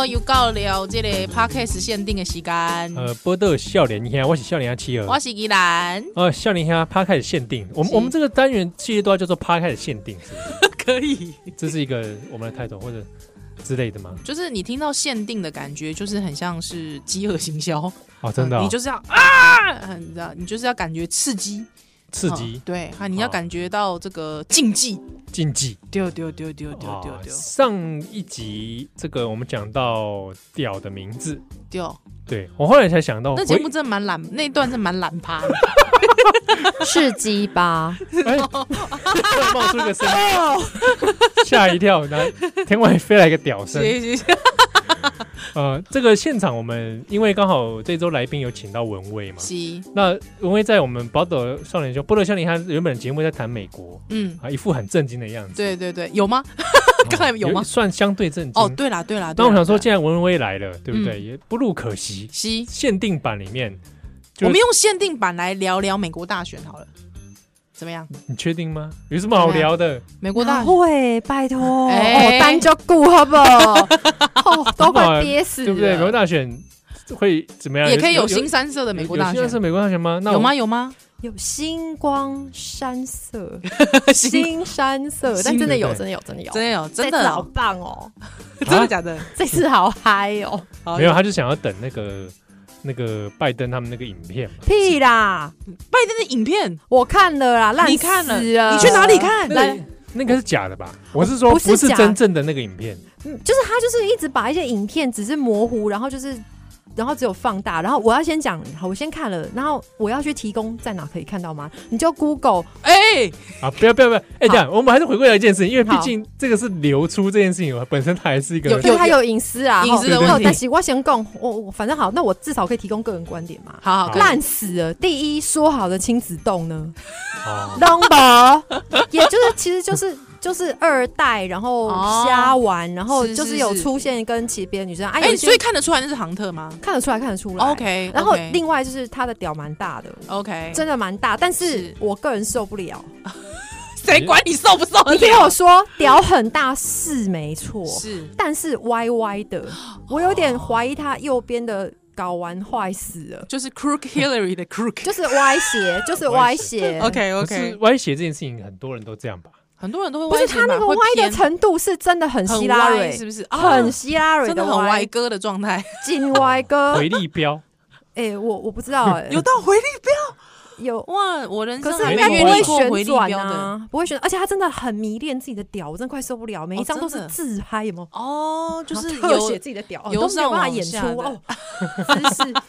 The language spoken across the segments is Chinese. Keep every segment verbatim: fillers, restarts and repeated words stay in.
好，又到了这个 Podcast 限定的时间。 呃，报道少年兄，我是少年兄七儿， 我是宜兰。 呃，少年兄 Podcast 限定，我们我们这个单元系列都要叫做 Podcast 限定，是不是？ 可以，这是一个我们的 title 或者之类的吗？ 就是你听到限定的感觉，就是很像是饥饿行销哦，真的、哦呃，你就是要啊，你知道，你就是要感觉刺激。 刺激、 嗯、对啊，你要感觉到这个竞技， 竞技， 丢丢丢丢丢丢丢。 上一集这个我们讲到屌的名字， 丢， 对我后来才想到， 那节目真的蛮懒，那一段是蛮懒趴的， 是鸡巴， 哎，突然冒出一个声音，吓一跳，然后天外飞来一个屌声。呃，这个现场我们因为刚好这周来宾有请到文威嘛， 是。 那文威在我们宝岛少年兄、波多少年，他原本节目在谈美国，嗯啊，一副很震惊的样子。 对对对，有吗？刚才有吗？ 有算相对震惊。 哦，对啦对啦。 那我想说，既然文威来了，对不对？ 嗯、 也不入可惜。 是限定版里面， 我们用限定版来聊聊美国大选好了。怎么样？ 你确定吗？有什么好聊的？ 美国大会拜托，哎、哦，单就顾好不好？哦，都快憋死了， 对不对？美国大选会怎么样？ 也可以有新三色的美国大选， 有新三色美国大选吗？那有吗？有吗？ 有星光山色，新山色，但真的有，真的有，真的有， 真的有，真的好棒哦！ 真的假的？ 这次好嗨哦！ 没有，他就想要等那个。那个拜登他们那个影片嘛， 屁啦！ 拜登的影片我看了啦，烂死了！ 你看了？你去哪里看？ 那個、那個是假的吧？我是说不是真正的那个影片， 嗯，就是他就是一直把一些影片只是模糊，然后就是然后只有放大，然后我要先讲，好，我先看了，然后我要去提供在哪可以看到吗？你就 Google， 哎、 欸，啊，不要不要不要，哎、欸，这样我们还是回归来一件事情，因为毕竟这个是流出这件事情，本身它还是一个有有它有隐私啊， 隐私的问题。 但是我先讲，我我反正好，那我至少可以提供个人观点嘛。 好好， 烂死了！第一，说好的亲子洞呢？弄不，也就是其实就是。就是二代，然后瞎玩，哦、然后就是有出现跟其别的女生，哎、 欸，所以看得出来那是杭特吗？ 看得出来，看得出来。 OK， 然后另外就是他的屌蛮大的 ，OK， 真的蛮大，但是我个人受不了。 谁管你受不受得了？ 你听我说，屌很大是没错， 是， 但是歪歪的，我有点怀疑他右边的。睾丸坏死了， 就是 Crook Hillary 的 Crook， 就是歪斜，就是歪斜。 OK OK， 歪斜这件事情很多人都这样吧？ 很多人都会歪斜， 不是他那个歪的程度是真的很希拉蕊， 是不是？ 啊、很希拉蕊的，真的很歪哥的状态， 紧歪哥， 回力镖。 哎、欸，我我不知道、欸， 有到回力镖。 有哇！我人生可是应该不会旋转啊，不会旋，而且他真的很迷恋自己的屌，我真的快受不了，每一张都是自拍，有没有？ 哦，就是特写自己的屌， 由都没有办法演出哦，姿势。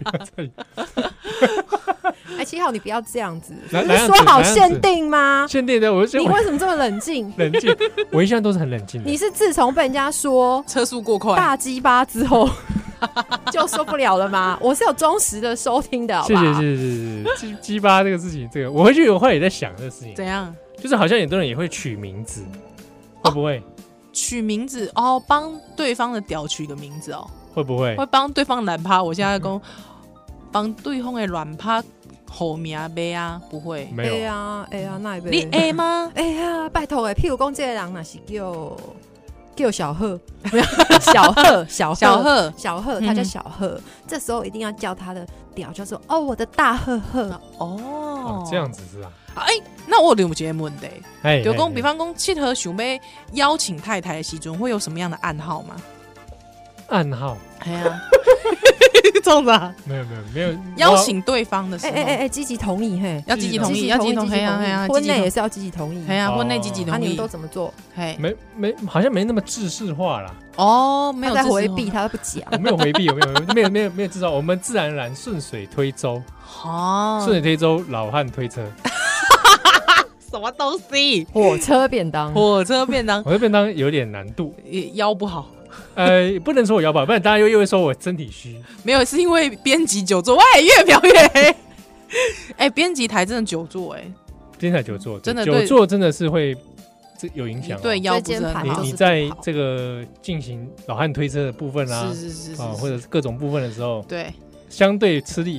哎，七号，你不要这样子，不是说好限定吗？ 限定的，我你为什么这么冷静？ 冷静，我一向都是很冷静的。 你是自从被人家说车速过快、 大鸡巴之后。就受不了了吗？我是有忠实的收听的，好不好？ 谢谢谢谢谢谢。鸡鸡巴这个事情，这个我回去我后来也在想这个事情， 怎样？ 就是好像很多人也会取名字，会不会？ 取名字哦，帮对方的屌取个名字哦， 会不会？ 会帮对方卵趴？我现在讲帮对方的卵趴后名呗啊，不会？ 没有。 哎呀哎呀，那你 A 吗？ 哎呀，拜托哎，譬如讲这个人那是叫。叫小贺，没有小贺，小小贺， 小贺，他叫小贺、嗯。这时候一定要叫他的屌，叫做哦，我的大贺贺哦, 哦，这样子是吧？ 哎、欸，那我有一个问题， 哎， 就讲比方讲，契合想要邀请太太的时阵，会有什么样的暗号吗？ 暗号？ 哎呀，这样子啊？ 没有没有没有， 邀请对方的时候， 哎哎哎，积极同意嘿， 要积极同意，要积极同意， 婚内也是要积极同意， 哎呀，婚内积极同意， 那你们都怎么做？ 嘿，没没，好像没那么制式化啦。 哦，没有在回避，他都不讲， 我没有回避，我没有没有没有没有制造，我们自然而然顺水推舟， 哦， 顺水推舟，老汉推车。 什么东西？ 火车便当， 火车便当， 火车便当有点难度， 腰不好。 呃，不能说我腰不好，不然大家又又会说我身体虚。 没有，是因为编辑久坐，喂，越描越黑。哎、欸，编辑台真的久坐、欸，哎， 编辑台久坐， 真的久坐真的是会有影响、哦， 对腰不是很好。 你你在这个进行老汉推车的部分啦、啊， 是是是是啊，或者是各种部分的时候， 对， 相对吃力。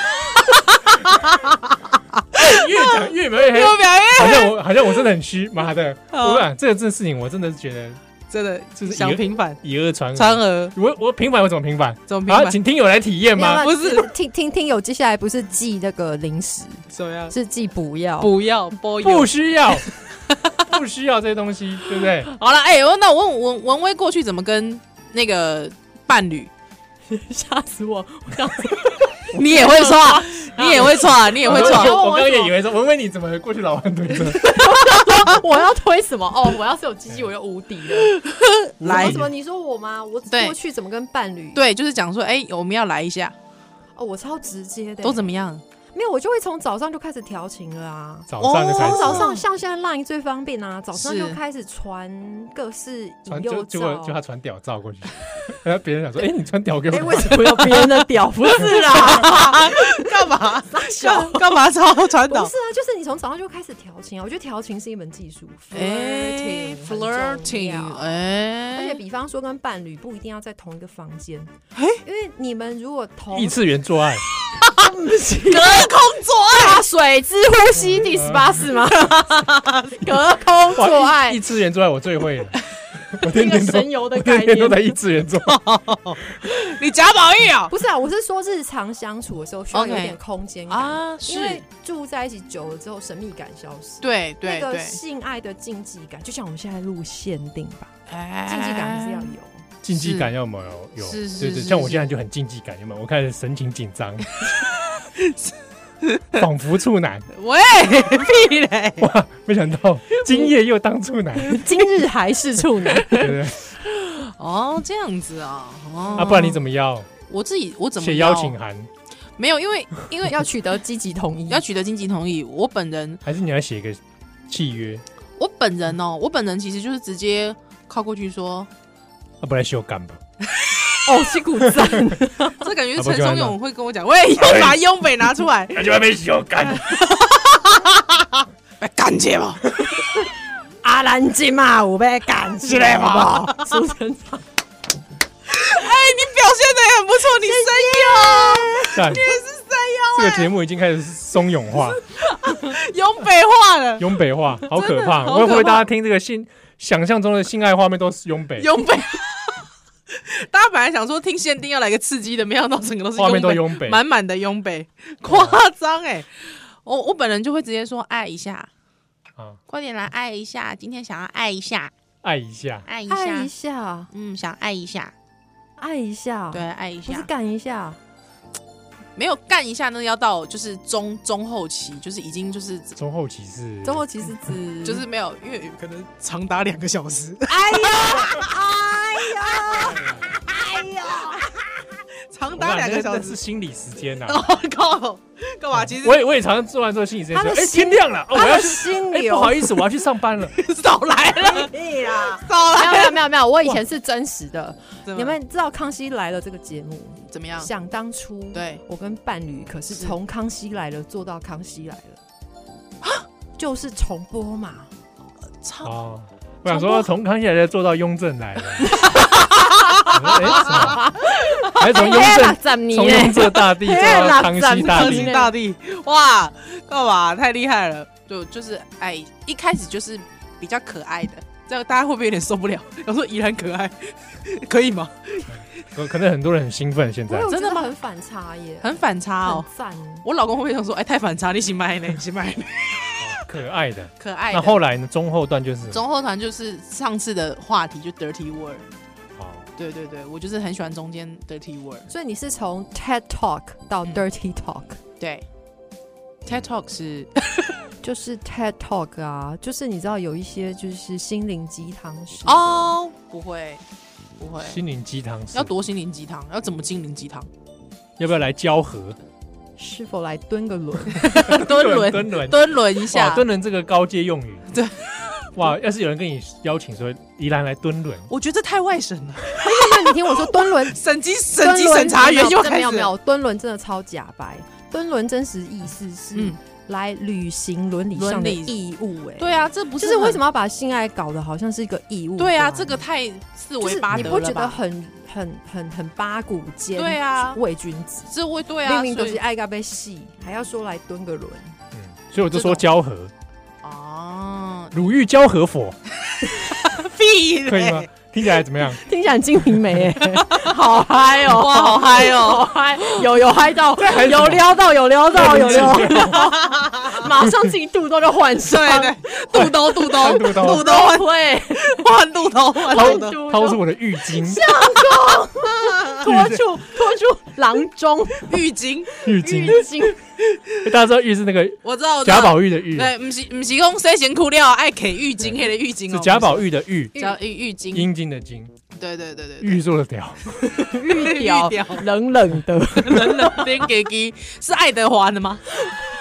越讲越描越黑， 越描越黑， 好像我好像我真的很虚，妈的！我讲这个这事情，我真的是觉得真的就是想平反， 以讹传讹。 传讹， 我我平反我怎么平反？ 怎么平反？ 啊，请听友来体验吗？ 不是，听听听友接下来不是寄那个零食， 怎么样？ 是寄不要， 不要，不不需要，不需要这些东西，对不对？ 好了，哎、欸，那我问文文威过去怎么跟那个伴侣？ 吓死我！我刚你也会错，你也会错，你也会错。 我刚刚也以为说，文威你怎么过去老万推车？ 我要推什么？哦，我要是有鸡鸡，我就无敌了。 来， 什么？你说我吗？我过去怎么跟伴侣？ 对，就是讲说，哎、欸，我们要来一下。 哦，我超直接的。 都怎么样？ 没有，我就会从早上就开始调情了啊！ 早上就开始， 从早上像现在 Line 最方便啊，早上就开始传各式引诱照， 就就他传屌照过去，然后别人想说：“哎、欸，你传屌给我。” 哎、欸，为什么有别人的屌？不是啦， 干嘛？干干嘛抄传导？ 不是啊，就是你从早上就开始调情啊！我觉得调情是一门技术 ，flirting flirting， 哎， 而且比方说跟伴侣不一定要在同一个房间，哎、欸，因为你们如果同异次元做爱。 隔空做爱， 水之呼吸第十八式吗？隔空做爱， 异次元做爱我最会了。我天天都神游的概念， 天天都在异次元做。 你贾宝玉啊？ 不是啊，我是说日常相处的时候需要有点空间感啊， 因为住在一起久了之后，神秘感消失。 对对对， 那个性爱的禁忌感，就像我们现在录限定吧，禁忌感还是要有。 禁忌感要没有有，对对，像我现在就很禁忌感，有没有？我开始神情紧张，仿佛处男。 喂，屁嘞！ 哇，没想到今夜又当处男， 今日还是处男， 对不对？ 哦，这样子啊，哦、 啊，不然你怎么要？ 我自己我怎么写邀请函？ 没有，因为因为要取得积极同意， 要取得积极同意。我本人还是你要写一个契约？ 我本人哦，我本人其实就是直接靠过去说。 啊，不然修改吧。 哦，辛苦赞。 这感觉陈松勇会跟我讲，喂，要把雍北拿出来， 那就要被修改。 来感谢吧， 阿兰金嘛，我被感谢吧。苏成长， 哎，你表现的也很不错，你声优，你也是声优。 这个节目已经开始松勇化， 雍北化了， 雍北化，好可怕！会不会大家听这个性想象中的性爱画面都是雍北？ 雍北。大家本来想说听限定要来个刺激的，没想到整个都是画面都雍北， 满满的雍北，夸张哎！我我本人就会直接说爱一下，啊，快点来爱一下，今天想要爱一下， 爱一下， 爱一下， 爱一下， 嗯，想爱一下， 爱一下， 对，爱一下， 不是干一下， 没有干一下，那要到就是中中后期，就是已经就是中后期是中后期是指就是没有，因为可能长达两个小时。 哎呀，哎呀，哎呀， 长达两个小时是心理时间呐！ 哦靠，干嘛？其实我也我也常常做完之后心理时间，哎，天亮了，我要去心流， 不好意思，我要去上班了， 少来了， 对啦， 少来， 没有没有没有，我以前是真实的。你们知道《康熙来了》这个节目怎么样？ 想当初， 对我跟伴侣可是从《康熙来了》做到《康熙来了》，就是重播嘛。 哦，我想说从《康熙来了》做到雍正来了。哎，什么？还是从雍正，从雍正大帝做到康熙大帝， 康熙大帝，哇，干嘛？太厉害了！就就是哎，一开始就是比较可爱的，这样大家会不会有点受不了？我说依然可爱，可以吗？ 可能很多人很兴奋，现在真的吗？很反差耶， 很反差哦， 赞！ 我老公会不会想说，哎，太反差，你行买呢？行买呢？ 可爱的， 可爱的。 那后来呢？中后段就是中后段就是上次的话题，就 dirty word。对对对，我就是很喜欢中间 dirty word。 所以你是从 TED Talk 到 dirty talk？、嗯、 对 ，TED Talk 是就是 TED Talk 啊，就是你知道有一些就是心灵鸡汤式哦，不会不会， 心灵鸡汤要多心灵鸡汤，要怎么心灵鸡汤？ 要不要来交合？ 是否来蹲个轮？ 蹲轮蹲轮蹲轮一下？ 蹲轮这个高阶用语， 对。 哇！要是有人跟你邀请说宜兰来蹲轮， 我觉得这太外省了。 那你听我说，蹲轮审计审计审查员又开始没有没有，蹲轮真的超假白。蹲轮真实意思是来履行伦理上的义务、欸。哎， 对啊，这不是就是为什么要把性爱搞得好像是一个义务？ 对啊，这个太四维八德了吧？ 就是、你不觉得很很很很八股奸？ 对啊， 伪君子， 这会对啊， 明明都是爱该被戏，还要说来蹲个轮。 嗯，所以我就说交合。 哦， 乳玉交合佛， 屁可以吗？ 听起来怎么样？ 听起来很金瓶梅哎，好嗨哦！ 哇，好嗨哦， 好嗨，有有嗨到，有撩到，有撩到，有撩到，马上自己肚兜就换上， 对对，肚兜肚兜肚兜肚兜换会换肚兜换肚兜， 掏出我的浴巾， 相公拖出拖出囊中浴巾浴巾浴巾， 大家知道浴是那个我知道贾宝玉的浴， 对，不是不是讲洗身裤了爱给浴巾，黑的浴巾是贾宝玉的浴， 叫浴浴巾， 阴茎的茎， 对对对对， 玉做的屌， 玉屌冷冷的， 冷冷的给给是爱德华的吗？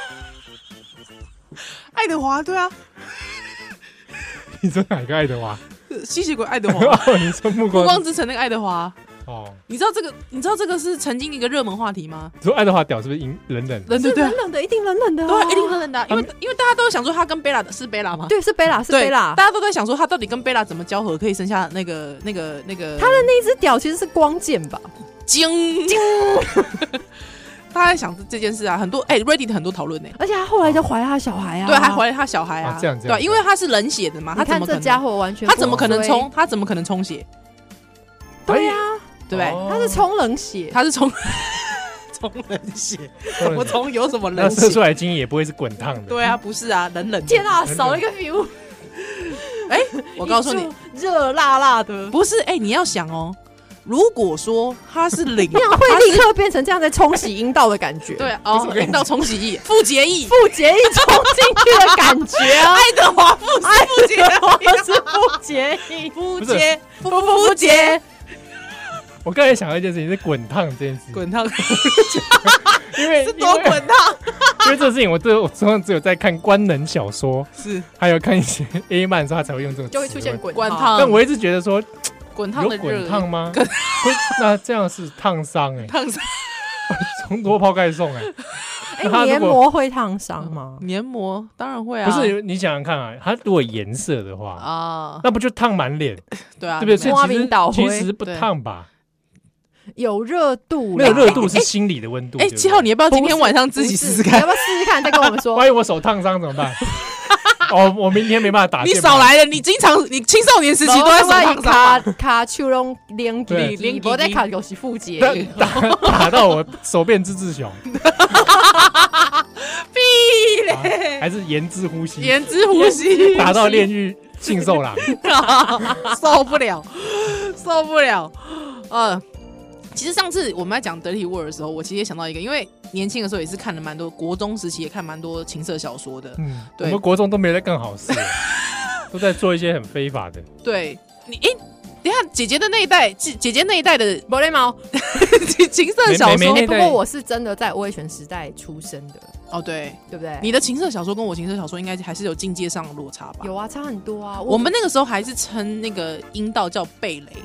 爱德华对啊， 你说哪个爱德华？ 吸血鬼爱德华， 哦，你说暮暮光光之城那个爱德华。 哦， 你知道这个？你知道这个是曾经一个热门话题吗？ 你说爱德华屌是不是阴冷冷？ 冷对对冷冷的，一定冷冷的， 对，一定冷冷的，因为因为大家都想说他跟贝拉的是贝拉吗？ 对，是贝拉，是贝拉， 大家都在想说他到底跟贝拉怎么交合，可以生下那个那个那个他的那只屌其实是光剑吧？ 精精。大家在想这件事啊，很多哎、欸、，Reddit 很多讨论呢， 而且他后来就怀了他小孩啊， 对，还怀了他小孩啊， 啊这样这样对，因为他是冷血的嘛，他怎么可能？ 这家伙完全他怎么可能冲？他怎么可能冲血？ 对呀、 啊， 对不对？ 他是冲冷血， 他是冲冲冷血，我冲有什么冷血？ 那射出来的精液也不会是滚烫的。 对啊，不是啊，冷冷的。 天啊，少了一个 feel。 哎，我告诉你， 热辣辣的， 不是哎，你要想哦。如果说它是零， 那样会立刻变成这样在冲洗阴道的感觉。 对哦，阴道冲洗液、复洁液、 复洁液冲进去的感觉啊！ 爱德华复复洁， 我是复洁液， 复洁复复洁。 我刚才想到一件事情是滚烫这件事， 滚烫， 因为是多滚烫。 因为这个事情，我这我通常只有在看官能小说， 是还有看一些 A 漫的时候，他才会用这种， 就会出现滚滚烫。 但我一直觉得说。 滚烫的热， 滚烫吗？那这样是烫伤哎， 烫伤， 从多抛盖送哎。 哎，黏膜会烫伤吗？ 黏膜当然会啊。 不是，你想想看啊，它如果颜色的话啊，那不就烫满脸？ 对啊， 对不对？所以其实其实不烫吧。 有热度， 那个热度是心理的温度。 哎，七号，你要不要今天晚上自己试试看？ 要不要试试看？再跟我们说。 万一我手烫伤怎么办？哦，我明天没办法打。 你少来了，你经常你青少年时期都在手烫伤。 卡卡丘隆连给连我在卡有是复洁， 打打到我手变之志雄。 屁嘞！ 还是言之呼吸， 言之呼吸， 打到炼狱性兽郎， 受不了，受不了。呃，其实上次我们在讲《Dirty World》的时候，我其实也想到一个，因为年轻的时候也是看了蛮多，国中时期也看蛮多情色小说的。嗯，对， 我们国中都没在干好事，都在做一些很非法的。 对你，哎、欸，等一下姐姐的那一代，姐姐那一代的宝雷毛情色小说、 欸，不过我是真的在威权时代出生的。 哦，对， 对不对？ 你的情色小说跟我情色小说应该还是有境界上的落差吧？ 有啊，差很多啊。 我, 我们那个时候还是称那个阴道叫贝雷。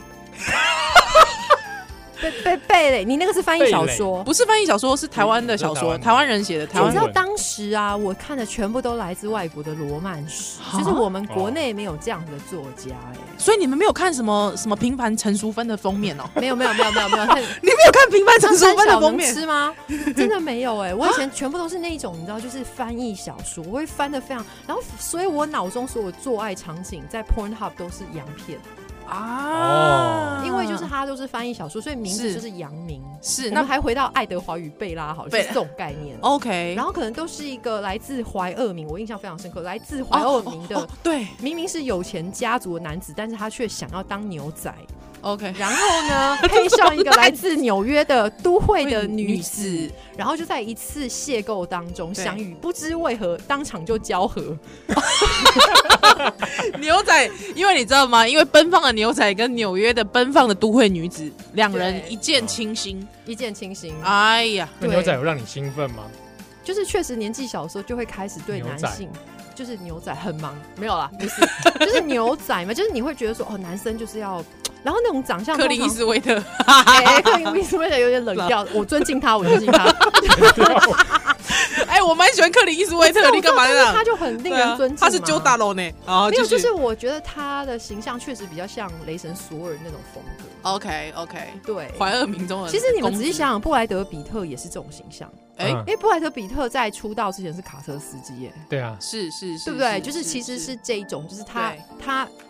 贝贝贝雷，你那个是翻译小说， 不是翻译小说，是台湾的小说，台湾人写的。台湾你知道当时啊，我看的全部都来自外国的罗曼史，就是我们国内没有这样的作家哎、欸。 所以你们没有看什么什么平凡陈淑芬的封面哦？ 没有没有没有没有没有， 你没有看平凡陈淑芬的封面吃吗？真的没有哎、欸，我以前全部都是那一种，你知道，就是翻译小说，我会翻得非常，然后所以我脑中所有做爱场景在 Pornhub 都是洋片。啊，因为就是他就是翻译小说，所以名字就是洋名。 是， 那还回到爱德华与贝拉好了，就是这种概念。 OK， 然后可能都是一个来自怀俄明，我印象非常深刻，来自怀俄明的， 哦哦哦、对， 明明是有钱家族的男子，但是他却想要当牛仔。 OK， 然后呢，配上一个来自纽约的都会的女子，然后就在一次邂逅当中相遇，不知为何当场就交合。 牛仔，因为你知道吗？因为奔放的牛仔跟纽约的奔放的都会女子，两人一见倾心， 一见倾心。 哎呀， 那牛仔有让你兴奋吗？ 就是确实年纪小的时候就会开始对男性。就是牛仔很忙，没有啦，不是，就是牛仔嘛，就是你会觉得说，哦，男生就是要，然后那种长相， 克林伊斯威特， 哎、欸，克林伊斯威特有点冷掉，我尊敬他，我尊敬他。 哎、欸，我蛮喜欢克林伊斯威特，你干嘛呢？ 他就很令人尊敬、啊， 他是揪大楼呢，啊， 没有，就是我觉得他的形象确实比较像雷神索尔那种风格。 OK OK， 对， 怀俄明中的。 其实你们仔细想想，布莱德比特也是这种形象。哎、欸，因为布莱德比特在出道之前是卡车司机耶。 对啊， 是是是， 对不对？就是其实是这一种，就是他他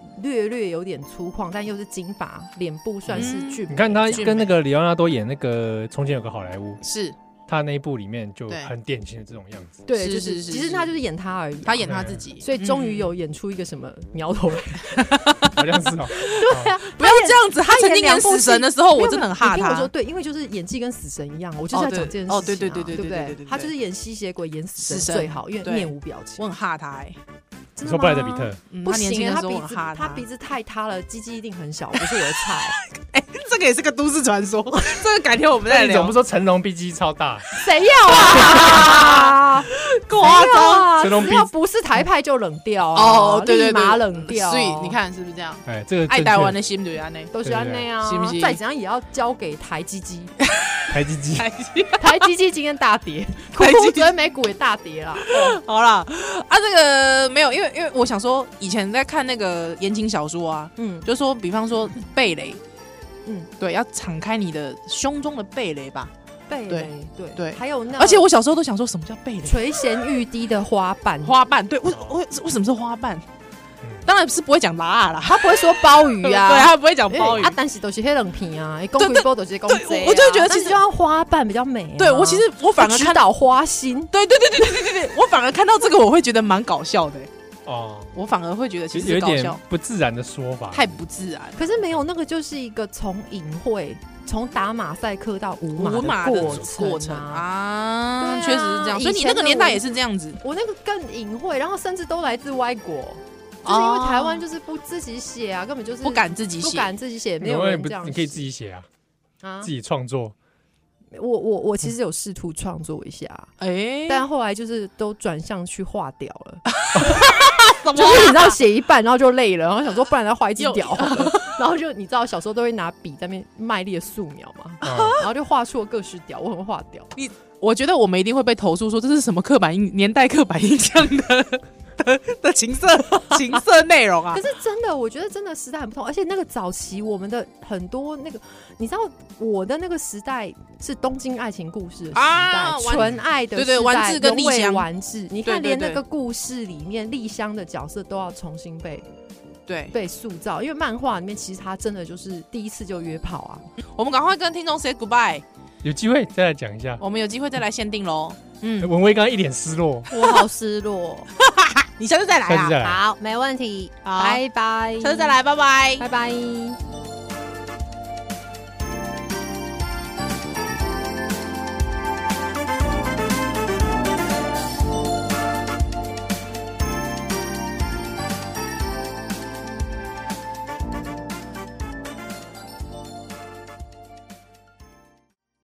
略略有点粗犷，但又是金发，脸部算是俊美、嗯。 你看他跟那个里奥纳多演那个《从前有个好莱坞》， 是他那一部里面就很典型的这种样子。 对，就是其实他就是演他而已、啊， 他演他自己， 所以终于有演出一个什么苗头来， 好像是哦。 对啊， 不要这样子。他曾经演死神的时候，我真的很哈他。 我说对，因为就是演技跟死神一样，我就是在讲这件事情、啊。 哦，对对对对对不对？他就是演吸血鬼、演死神最好，因为面无表情。 我很哈他哎。 你说布莱德比特、 嗯、 不行，他鼻子他鼻子太塌了，鸡鸡一定很小，不是我的菜。 哎、欸，这个也是个都市传说，这个改天我们再聊。 你怎么不说成龙鼻鸡超大？ 谁要啊？ 夸张！ 成龙只要不是台派就冷掉啊！ 哦，对对对， 立马冷掉。 所以你看是不是这样？ 哎，这个爱台湾的心对安内都是安内啊， 是不是？ 再怎样也要交给台鸡鸡。 台鸡鸡， 台鸡鸡今天大跌，台鸡昨天美股也大跌啦。 好啦，啊，这个没有，因为因为我想说，以前在看那个言情小说啊，嗯，就说比方说蓓蕾，嗯，对，要敞开你的胸中的蓓蕾吧。 蓓蕾，对对，还有那， 而且我小时候都想说，什么叫蓓蕾？ 垂涎欲滴的花瓣， 花瓣，对，为为为什么是花瓣？当然是不会讲拉啊啦， 他不会说鲍鱼啊， 对，他不会讲鲍鱼啊，但是都是黑冷皮啊，公鱼波都是公贼， 我就觉得其实就像花瓣比较美、啊。 对我其实我反而看到花心， 对对对对对对对对，我反而看到这个我会觉得蛮搞笑的、欸、 哦， 我反而会觉得其实有点不自然的说法， 太不自然。 可是没有那个就是一个从隐晦。从打马赛克到无马的过程 啊, 过程啊，确、啊、实是这样。所以你那个年代也是这样子。 我那个更隐晦，然后甚至都来自外国，就是因为台湾就是不自己写啊，根本就是不敢自己写， 不敢自己写，没有人这样。 你可以自己写啊，啊自己创作。 我我我其实有试图创作一下，哎、欸，但后来就是都转向去画屌了。就是你知道写一半然后就累了，然后想说不然来画一只屌然后就你知道小时候都会拿笔在那边卖力的素描嘛、嗯、然后就画出了各式屌，我很会画屌。 你我觉得我们一定会被投诉说这是什么刻板印年代刻板印象的的, 的情色情色内容啊。 可是真的我觉得真的时代很不同，而且那个早期我们的很多那个你知道我的那个时代是东京爱情故事的时代，纯、啊、爱的时代， 对对，丸治跟丽香丸治，你看连那个故事里面丽香的角色都要重新被对被塑造，因为漫画里面其实他真的就是第一次就约炮啊。 我们赶快跟听众 say goodbye， 有机会再来讲一下， 我们有机会再来限定咯。 嗯，文威刚刚一脸失落， 我好失落你下次再来啊， 下次再来， 好，没问题，拜拜， 下次再来，拜拜， 拜拜。